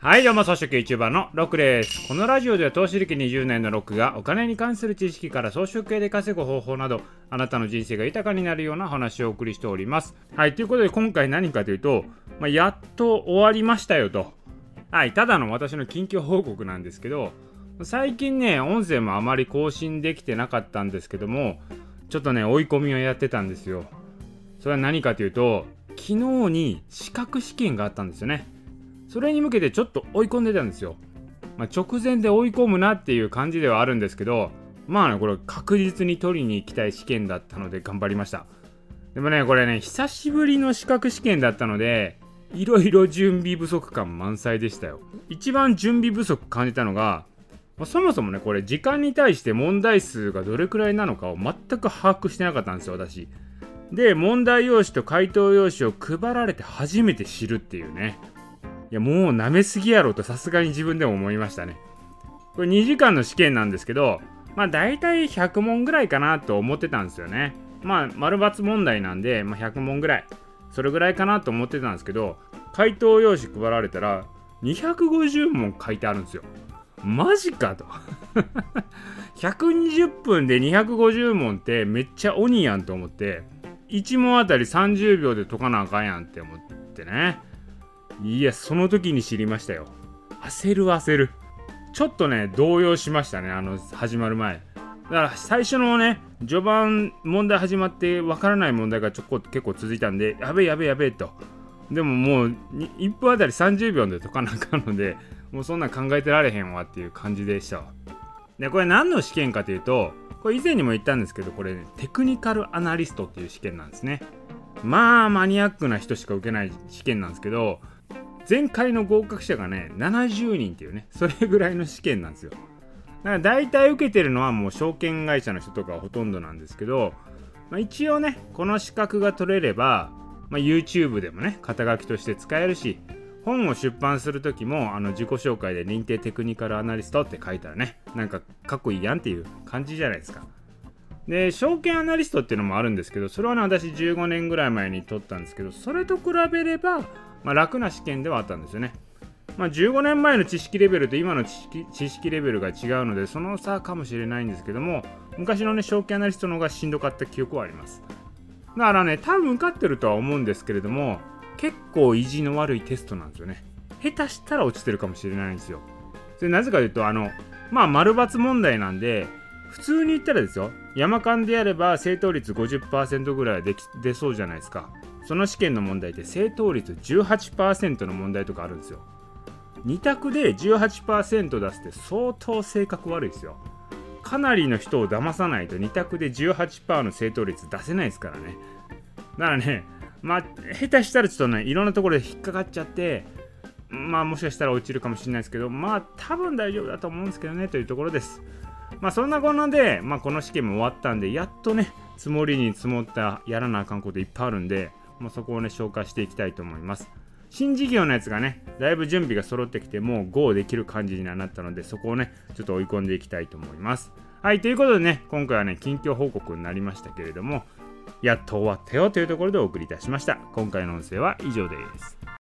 はい、どうも、草食 YouTuber のロックです。このラジオでは投資歴20年のロックがお金に関する知識から草食系で稼ぐ方法など、あなたの人生が豊かになるような話をお送りしております。はい、ということで今回何かというと、やっと終わりましたよと。はい、ただの私の近況報告なんですけど、最近ね、音声もあまり更新できてなかったんですけども、ちょっとね、追い込みをやってたんですよ。それは何かというと、昨日に資格試験があったんですよね。それに向けてちょっと追い込んでたんですよ。直前で追い込むなっていう感じではあるんですけど、これ確実に取りに行きたい試験だったので頑張りました。でもね、これね、久しぶりの資格試験だったので、いろいろ準備不足感満載でしたよ。一番準備不足感じたのが、そもそもね、これ時間に対して問題数がどれくらいなのかを全く把握してなかったんですよ、私。で、問題用紙と回答用紙を配られて初めて知るっていうね。いや、もう舐めすぎやろとさすがに自分でも思いましたね。これ2時間の試験なんですけど、だいたい100問ぐらいかなと思ってたんですよね。丸×問題なんで、100問ぐらい。それぐらいかなと思ってたんですけど、回答用紙配られたら250問書いてあるんですよ。マジかと。120分で250問ってめっちゃ鬼やんと思って、1問あたり30秒で解かなあかんやんって思ってね。いや、その時に知りましたよ。焦る。ちょっとね、動揺しましたね、始まる前。だから最初のね、序盤問題始まってわからない問題が結構続いたんで、やべえと。でももう1分あたり30秒で解かなあかんので、もうそんなん考えてられへんわっていう感じでしたわ。で、これ何の試験かというと、これ以前にも言ったんですけど、これね、テクニカルアナリストっていう試験なんですね。マニアックな人しか受けない試験なんですけど、前回の合格者がね、70人っていうね、それぐらいの試験なんですよ。だから大体受けてるのはもう証券会社の人とかほとんどなんですけど、一応ね、この資格が取れれば、YouTube でもね、肩書きとして使えるし、本を出版するときも自己紹介で認定テクニカルアナリストって書いたらね、なんかかっこいいやんっていう感じじゃないですか。で、証券アナリストっていうのもあるんですけど、それはね、私15年ぐらい前に取ったんですけど、それと比べれば、楽な試験ではあったんですよね。15年前の知識レベルと今の知識レベルが違うので、その差かもしれないんですけども、昔のね、証券アナリストの方がしんどかった記憶はあります。だからね、多分受かってるとは思うんですけれども、結構意地の悪いテストなんですよね。下手したら落ちてるかもしれないんですよ。それなぜかというと、丸×問題なんで、普通に言ったらですよ、山間でやれば正答率 50% ぐらいは出そうじゃないですか。その試験の問題って正答率 18% の問題とかあるんですよ。2択で 18% 出すって相当性格悪いですよ。かなりの人を騙さないと2択で 18% の正答率出せないですからね。だからね、下手したらちょっとね、いろんなところで引っかかっちゃって、もしかしたら落ちるかもしれないですけど、多分大丈夫だと思うんですけどね、というところです。そんなこんなで、この試験も終わったんで、やっとね、積もりに積もったやらなあかんこといっぱいあるんで、そこをね、紹介していきたいと思います。新事業のやつがね、だいぶ準備が揃ってきて、もう GO できる感じになったので、そこをね、ちょっと追い込んでいきたいと思います。はい、ということでね、今回はね、近況報告になりましたけれども、やっと終わったよというところでお送りいたしました。今回の音声は以上です。